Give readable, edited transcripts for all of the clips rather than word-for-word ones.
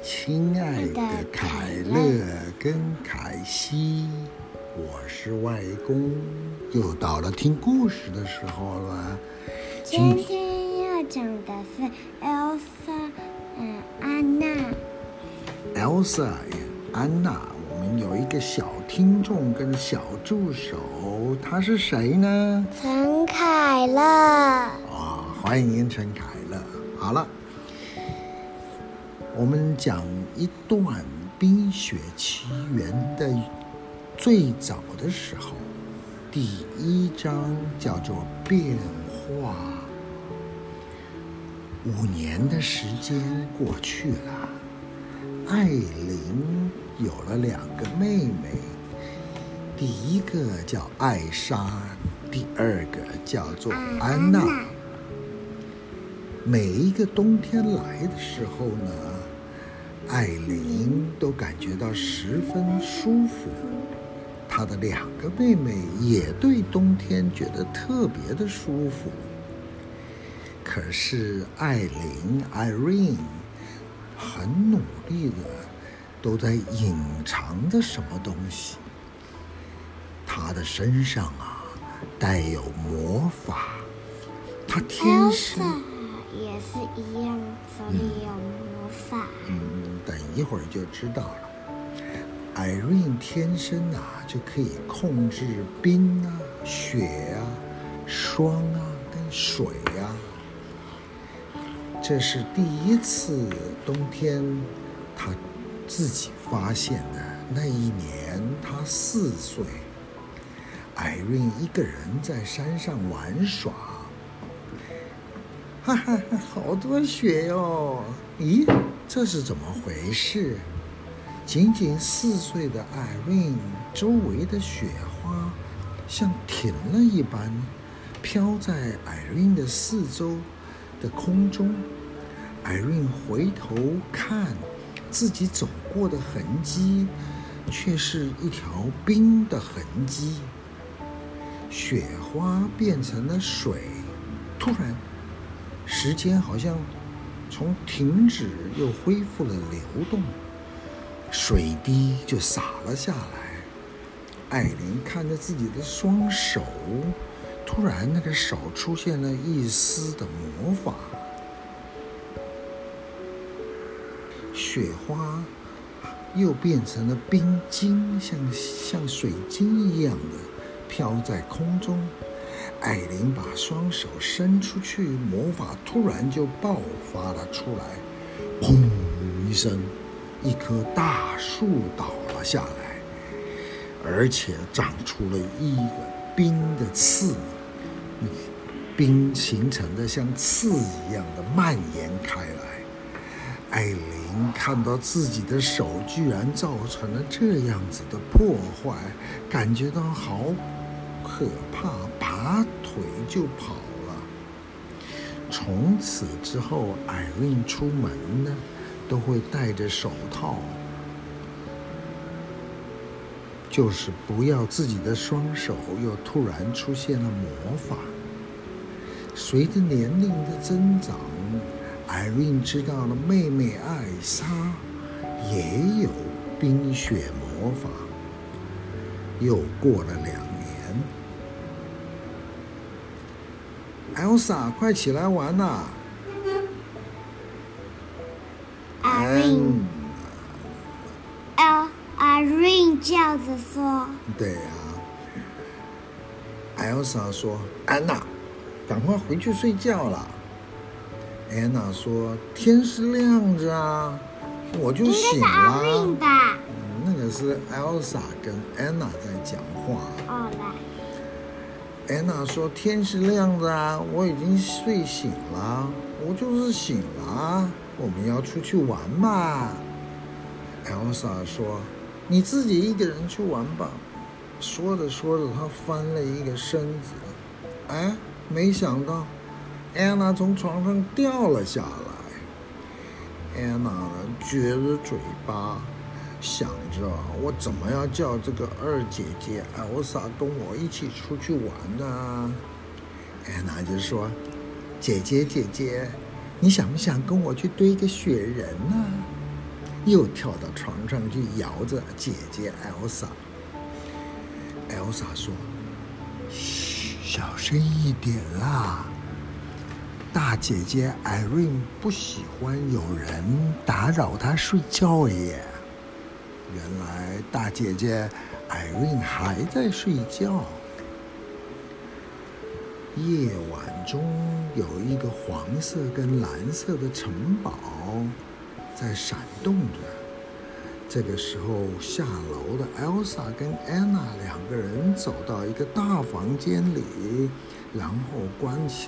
亲爱的凯乐跟凯西，我是外公，又到了听故事的时候了。 今天要讲的是 Elsa 安娜。 Elsa 安娜，我们有一个小听众跟小助手，他是谁呢？ 陈凯乐。 欢迎陈凯乐。好了，我们讲一段《冰雪奇缘》的最早的时候，第一章叫做变化。5年的时间过去了，艾琳有了2个妹妹，第一个叫艾莎，第2个叫做安娜。每一个冬天来的时候呢，艾琳都感觉到十分舒服，她的2个妹妹也对冬天觉得特别的舒服。可是艾琳 Irene 很努力的都在隐藏着什么东西。她的身上带有魔法，她天生也是一样，手里有魔法。 等一会儿就知道了。Irene 天生就可以控制冰雪霜跟水这是第一次冬天她自己发现的。那一年她4岁。Irene 一个人在山上玩耍，哈哈，好多雪哟！咦，这是怎么回事？仅仅4岁的 Irene 周围的雪花像停了一般，飘在 Irene 的四周的空中。Irene 回头看，自己走过的痕迹，却是一条冰的痕迹。雪花变成了水，突然时间好像从停止又恢复了流动，水滴就洒了下来。艾琳看着自己的双手，突然那个手出现了一丝的魔法，雪花又变成了冰晶，像水晶一样的飘在空中。艾琳把双手伸出去，魔法突然就爆发了出来，砰一声，一棵大树倒了下来，而且长出了一个冰的刺，冰形成的像刺一样的蔓延开来。艾琳看到自己的手居然造成了这样子的破坏，感觉到好可怕，拔腿就跑了。从此之后，Irene 出门呢都会戴着手套，就是不要自己的双手又突然出现了魔法。随着年龄的增长，Irene 知道了妹妹艾莎也有冰雪魔法。又过了2年。Elsa， 快起来玩啦 ！Irene 叫着说。 对Elsa 说：“安娜，赶快回去睡觉了。” Anna 说：“天是亮着我就醒了。” 应该是 Irene 吧？ 那个是 Elsa 跟 Anna 在讲话。 来。 Anna 说：“天是亮着我已经睡醒了，我就是醒了我们要出去玩吧。” Elsa 说：“你自己一个人去玩吧。”说着说着，她翻了一个身子，没想到Anna 从床上掉了下来。Anna 撅着嘴巴，想着我怎么要叫这个2姐姐Elsa跟我一起出去玩呢？Anna 就说：“姐姐，你想不想跟我去堆个雪人呢又跳到床上去摇着姐姐 Elsa。 Elsa 说：“嘘，小声一点啦，大姐姐 Irene 不喜欢有人打扰她睡觉耶。”原来大姐姐 Irene 还在睡觉。夜晚中有一个黄色跟蓝色的城堡在闪动着。这个时候，下楼的 Elsa 跟 Anna 两个人走到一个大房间里，然后关起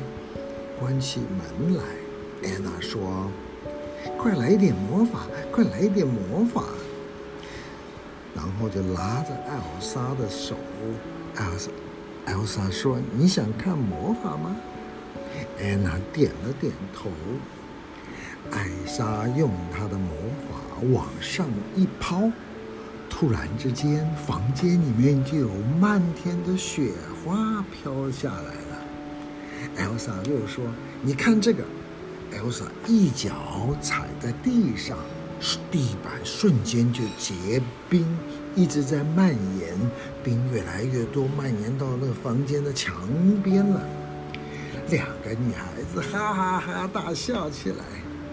门来。Anna 说：“快来一点魔法，快来一点魔法！”然后就拉着艾莎的手。Elsa 说：“你想看魔法吗？” Anna 点了点头。艾莎用她的魔法往上一抛，突然之间，房间里面就有漫天的雪花飘下来了。Elsa 又说：“你看这个。” Elsa 一脚踩在地上，地板瞬间就结冰，一直在蔓延，冰越来越多，蔓延到那个房间的墙边了。两个女孩子哈哈哈大笑起来。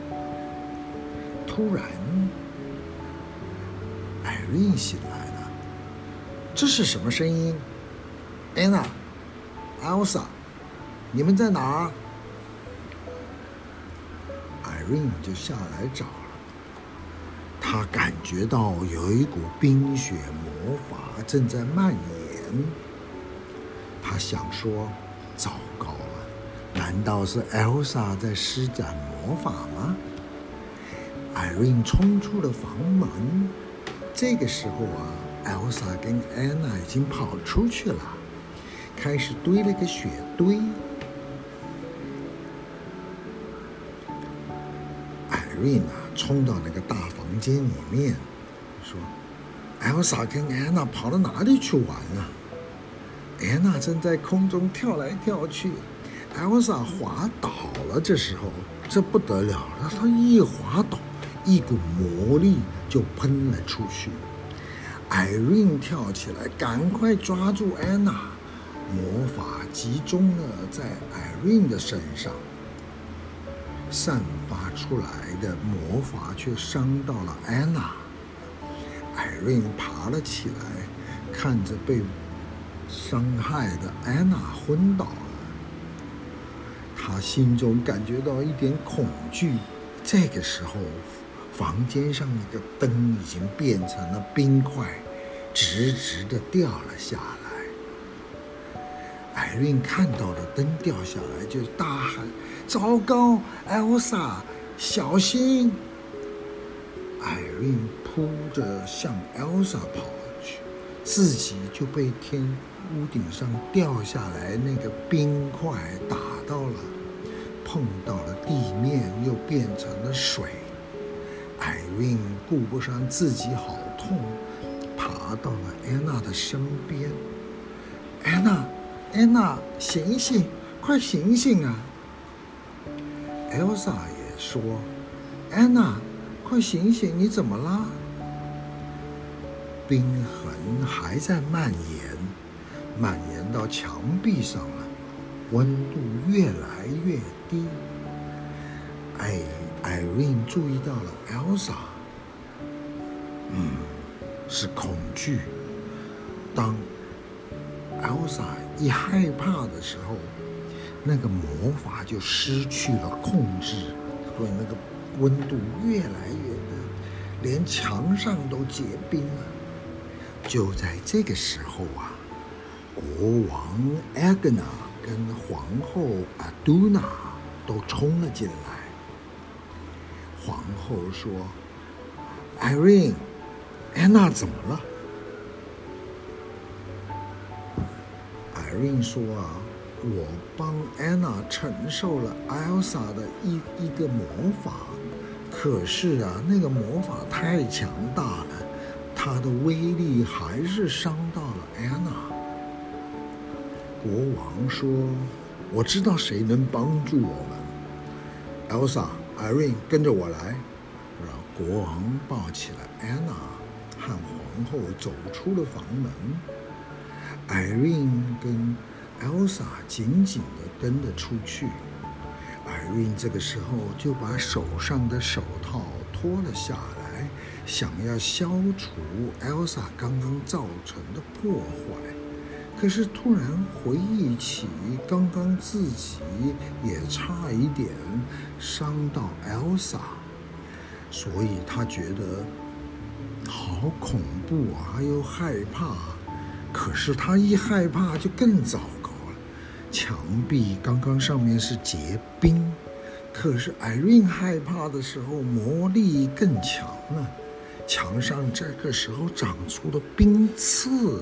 突然 Irene 醒来了。这是什么声音？ Anna、 Elsa， 你们在哪儿？ Irene 就下来找了。她感觉到有一股冰雪魔法正在蔓延。她想说：糟糕了，难道是 Elsa 在施展魔法吗？Irene 冲出了房门。这个时候Elsa 跟 Anna 已经跑出去了，开始堆了个雪堆。Irene 冲到那个大房间里面，说 ：“Elsa 跟 Anna 跑到哪里去玩了？”Anna 正在空中跳来跳去。Elsa 滑倒了，这时候这不得了了，她一滑倒，一股魔力就喷了出去。Irene 跳起来，赶快抓住 Anna， 魔法集中了在 Irene 的身上，散发出来的魔法却伤到了 Anna。Irene 爬了起来，看着被伤害的 Anna 昏倒了。他心中感觉到一点恐惧。这个时候，房间上那个灯已经变成了冰块，直直的掉了下来。Irene 看到了灯掉下来，就大喊：“糟糕 ，Elsa， 小心！” Irene 扑着向 Elsa 跑去，自己就被屋顶上掉下来那个冰块打到了，碰到了地面，又变成了水。Irene 顾不上自己好痛，爬到了 Anna 的身边。Anna， 醒醒，快醒醒啊 ！Elsa 也说 ：“Anna， 快醒醒，你怎么了？”冰痕还在蔓延到墙壁上了，温度越来越低。Irene 注意到了 Elsa， 是恐惧。当 Elsa 一害怕的时候，那个魔法就失去了控制，所以那个温度越来越低，连墙上都结冰了。就在这个时候国王 Agna 跟皇后 Aduna 都冲了进来。皇后说 ：“Irene， Anna 怎么了？” Irene 说我帮 Anna 承受了 Elsa 的一个魔法，可是那个魔法太强大了，它的威力还是伤到了 Anna。国王说：“我知道谁能帮助我们。Elsa，Irene 跟着我来。” 让国王抱起了安娜和皇后走出了房门。Irene 跟 Elsa 紧紧地跟了出去。Irene 这个时候就把手上的手套脱了下来，想要消除 Elsa 刚刚造成的破坏。可是突然回忆起刚刚自己也差一点伤到 Elsa， 所以他觉得好恐怖啊，又害怕。可是他一害怕就更糟糕了，墙壁刚刚上面是结冰，可是 Irene 害怕的时候魔力更强了，墙上这个时候长出了冰刺，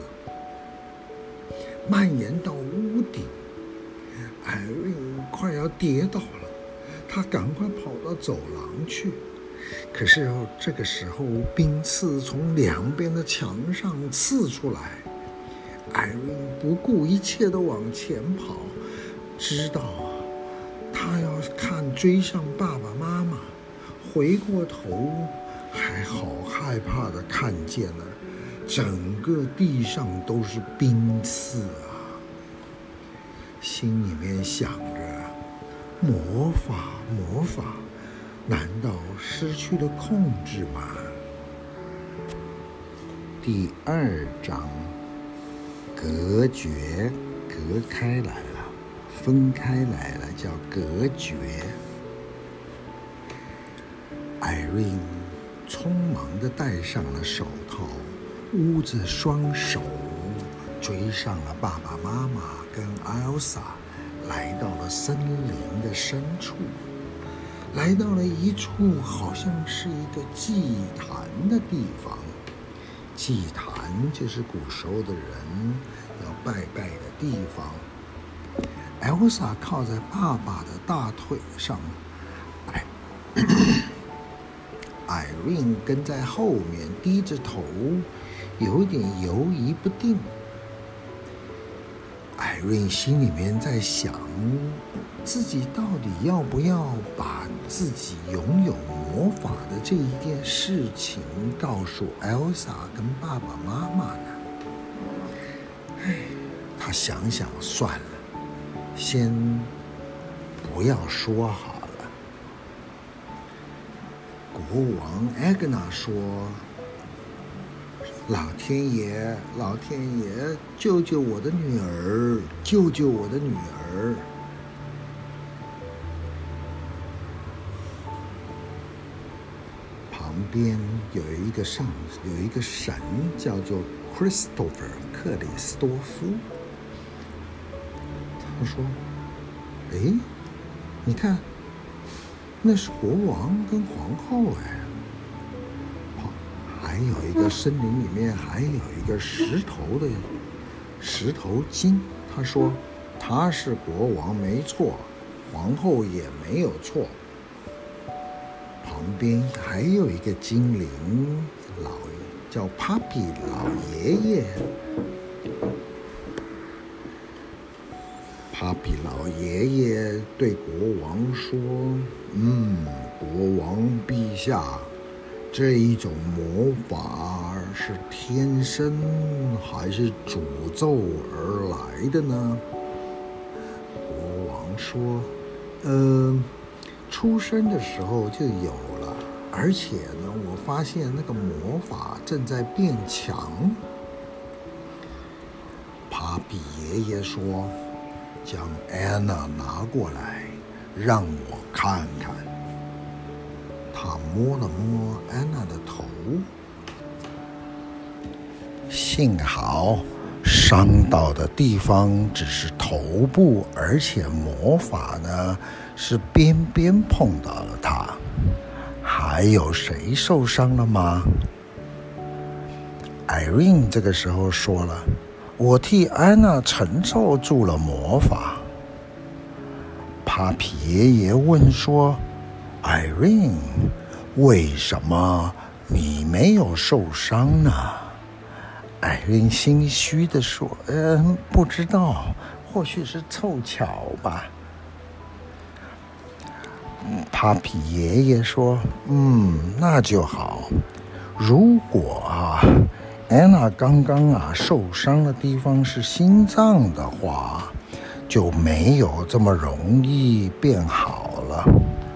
蔓延到屋顶。Irene 快要跌倒了，他赶快跑到走廊去。可是这个时候冰刺从两边的墙上刺出来，Irene 不顾一切地往前跑，知道他要追上爸爸妈妈。回过头，还好害怕地看见了整个地上都是冰刺啊，心里面想着魔法，难道失去了控制吗？第2章，隔绝，隔开来了，分开来了，叫隔绝。Irene 匆忙地戴上了手套，捂着双手，追上了爸爸妈妈跟 Elsa， 来到了森林的深处，来到了一处好像是一个祭坛的地方。祭坛就是古时候的人要拜拜的地方。Elsa 靠在爸爸的大腿上，Irene 跟在后面低着头，有点犹疑不定。Irene 心里面在想，自己到底要不要把自己拥有魔法的这一件事情告诉 Elsa 跟爸爸妈妈呢？他想想算了，先不要说好了。国王 Agna 说：“老天爷，救救我的女儿，救救我的女儿！”旁边有一个神叫做 Christopher 克里斯多夫。他说：“哎，你看，那是国王跟皇后哎。还有一个森林里面还有一个石头精。”他说：“他是国王没错，皇后也没有错。旁边还有一个精灵叫 Papi 老爷爷。Papi 老爷爷对国王说：“国王陛下，这一种魔法是天生还是诅咒而来的呢？”国王说：“出生的时候就有了，而且呢，我发现那个魔法正在变强。” Papi 爷爷说：“将安娜拿过来，让我看看。”他摸了摸安娜的头，幸好伤到的地方只是头部，而且魔法呢是边边碰到了她。还有谁受伤了吗？ Irene 这个时候说了：“我替安娜承受住了魔法。” Papi 爷爷问说：“Irene， 为什么你没有受伤呢？”Irene 心虚地说：“不知道，或许是凑巧吧。” 帕皮爷爷说：“那就好。如果安娜刚刚受伤的地方是心脏的话，就没有这么容易变好了。”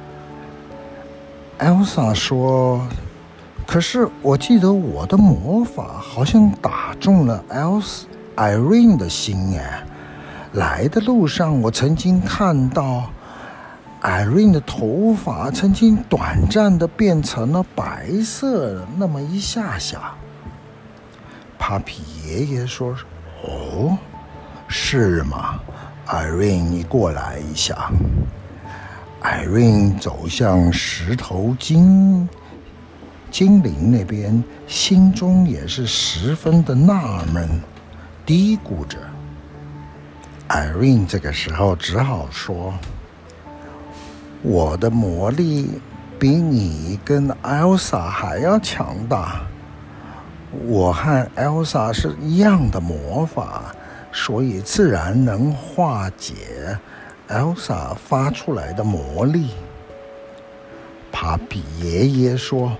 Elsa 说：“可是我记得我的魔法好像打中了 Irene 的心耶。来的路上我曾经看到 Irene 的头发曾经短暂的变成了白色的那么一下下。”帕皮爷爷说：“哦，是吗 ？Irene， 你过来一下。” Irene 走向石头精灵那边，心中也是十分的纳闷，嘀咕着。Irene 这个时候只好说：“我的魔力比你跟 Elsa 还要强大。我和 Elsa 是一样的魔法，所以自然能化解Elsa 发出来的魔力。”帕比爷爷说：“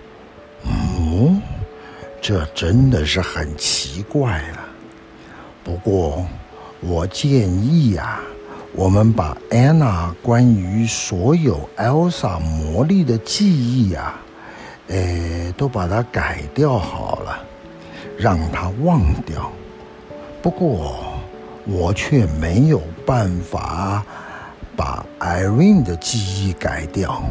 这真的是很奇怪了。不过我建议我们把安娜关于所有 Elsa 魔力的记忆都把它改掉好了，让她忘掉。不过我却没有办法把 Irene 的记忆改掉。”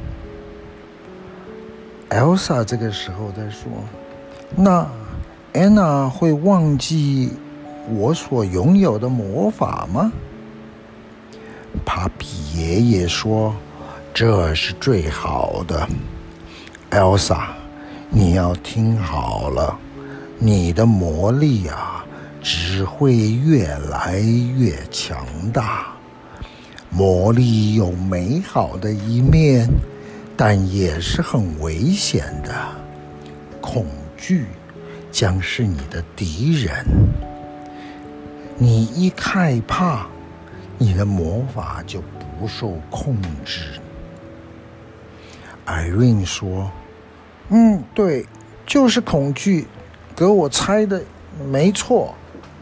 Elsa 这个时候在说：“那安娜会忘记我所拥有的魔法吗？”帕比爷爷说：“这是最好的。Elsa， 你要听好了，你的魔力只会越来越强大。魔力有美好的一面，但也是很危险的。恐惧将是你的敌人。你一害怕，你的魔法就不受控制。” Irene 说：“对，就是恐惧，给我猜的没错。”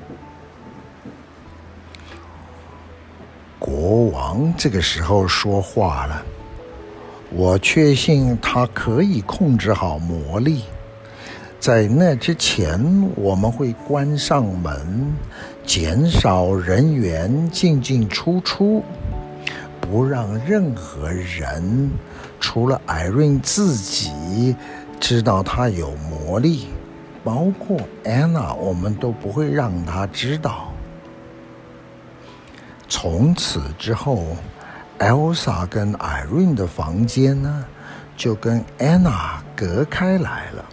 国王这个时候说话了：“我确信他可以控制好魔力。在那之前，我们会关上门，减少人员进进出出，不让任何人除了 Irene 自己知道她有魔力，包括 Anna， 我们都不会让她知道。从此之后，Elsa 跟 Irene 的房间呢，就跟 Anna 隔开来了。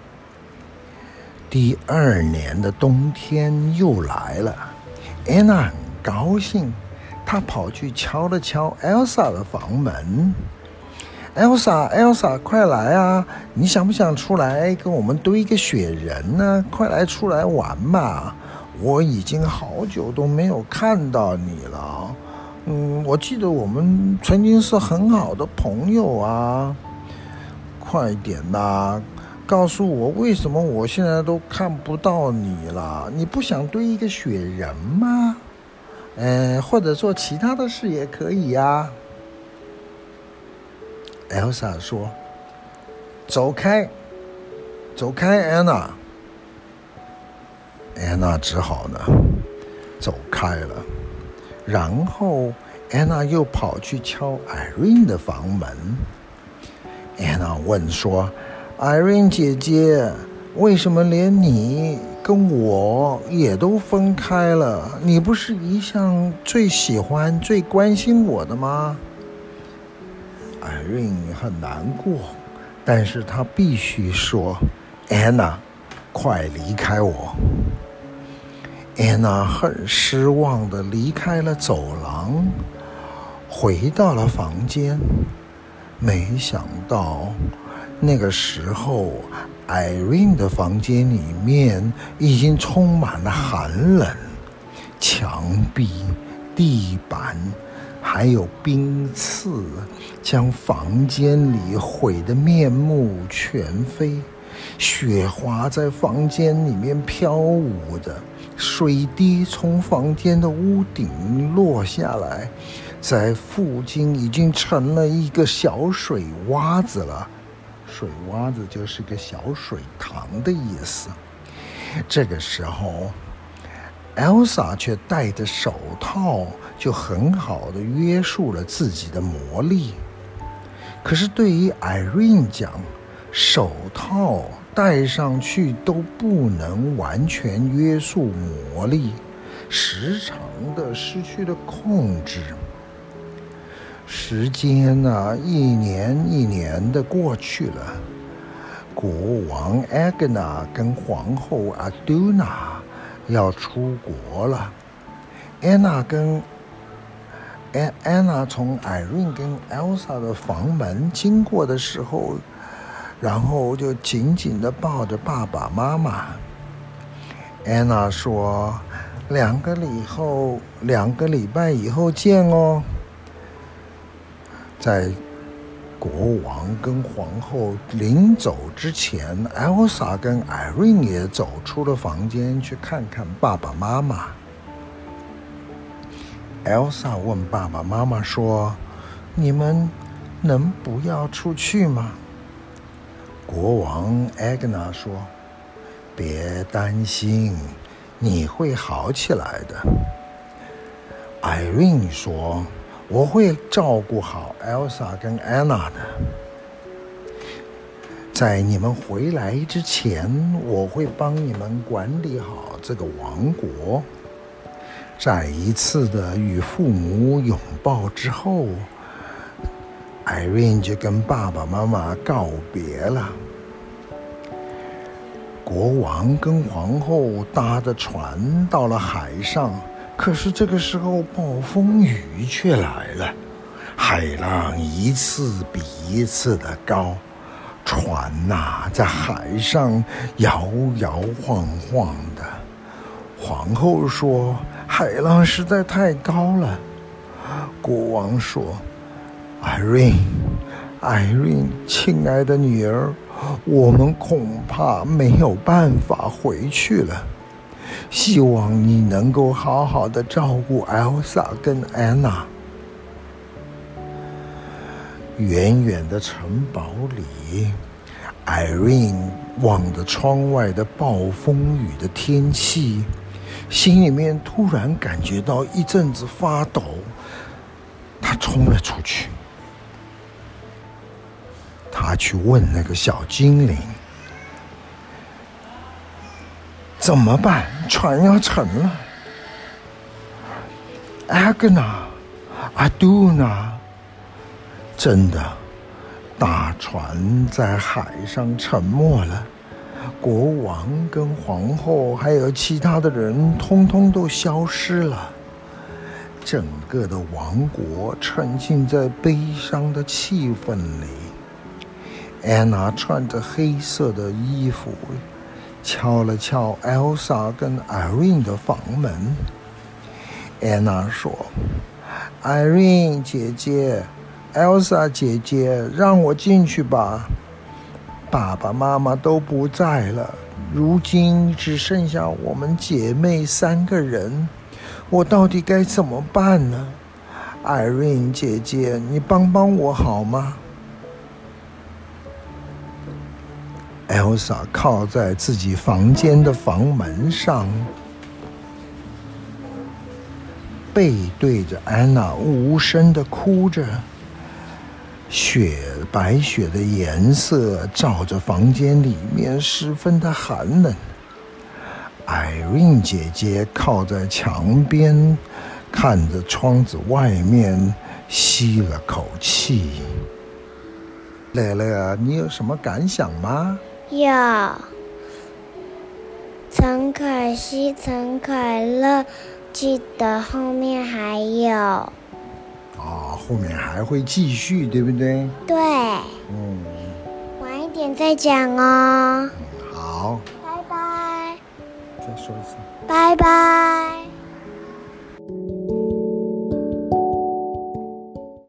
第2年的冬天又来了， Anna 很高兴，她跑去敲了敲 Elsa 的房门。Elsa， 快来啊！你想不想出来跟我们堆个雪人呢？快来出来玩嘛！我已经好久都没有看到你了。我记得我们曾经是很好的朋友啊！快点啦，告诉我为什么我现在都看不到你了？你不想堆一个雪人吗？或者做其他的事也可以呀。Elsa 说：“走开，走开 ，Anna。” Anna 只好呢走开了。然后 Anna 又跑去敲 Irene 的房门。Anna 问说：“Irene 姐姐，为什么连你跟我也都分开了？你不是一向最喜欢、最关心我的吗？” Irene 很难过，但是她必须说 ：“Anna， 快离开我。” Anna 很失望地离开了走廊，回到了房间。没想到那个时候 Irene 的房间里面已经充满了寒冷，墙壁地板还有冰刺，将房间里毁得面目全非。雪花在房间里面飘舞着，水滴从房间的屋顶落下来，在附近已经成了一个小水洼子了。水洼子就是个小水塘的意思。这个时候，Elsa 却戴着手套，就很好的约束了自己的魔力。可是对于 Irene 讲，手套戴上去都不能完全约束魔力，时常的失去了控制。时间啊，一年一年的过去了。国王 Agna 跟皇后 Aduna 要出国了。Anna 从 Irene 跟 Elsa 的房门经过的时候，然后就紧紧地抱着爸爸妈妈。Anna 说2个礼拜以后见哦。在国王跟皇后临走之前， Elsa 跟 Irene 也走出了房间去看看爸爸妈妈。Elsa 问爸爸妈妈说，你们能不要出去吗？国王 Agna 说，别担心，你会好起来的。Irene 说，我会照顾好 Elsa 跟 Anna 的。在你们回来之前，我会帮你们管理好这个王国。在一次的与父母拥抱之后， Irene 就跟爸爸妈妈告别了。国王跟皇后搭着船到了海上，可是这个时候暴风雨却来了，海浪一次比一次的高，船在海上摇摇晃晃的。皇后说，海浪实在太高了。国王说，Irene，亲爱的女儿，我们恐怕没有办法回去了。希望你能够好好的照顾 Elsa 跟 Anna。 远远的城堡里， Irene 望着窗外的暴风雨的天气，心里面突然感觉到一阵子发抖。她冲了出去，她去问那个小精灵，怎么办？船要沉了。Aduna，真的，大船在海上沉没了。国王跟皇后还有其他的人通通都消失了，整个的王国沉浸在悲伤的气氛里。安娜穿着黑色的衣服，敲了敲 Elsa 跟 Irene 的房门。安娜说， Irene 姐姐， Elsa 姐姐，让我进去吧。爸爸妈妈都不在了，如今只剩下我们姐妹3个人，我到底该怎么办呢？ Irene 姐姐，你帮帮我好吗？ Elsa 靠在自己房间的房门上，背对着安娜，无声地哭着。白雪的颜色照着房间里面，十分的寒冷。Irene 姐姐靠在墙边，看着窗子外面，吸了口气。乐乐，你有什么感想吗？ 有，陈凯希、陈凯乐，记得后面还有。 后面还会继续，对不对？ 对。晚一点再讲哦。 好。 拜拜。 再说一次。 拜拜。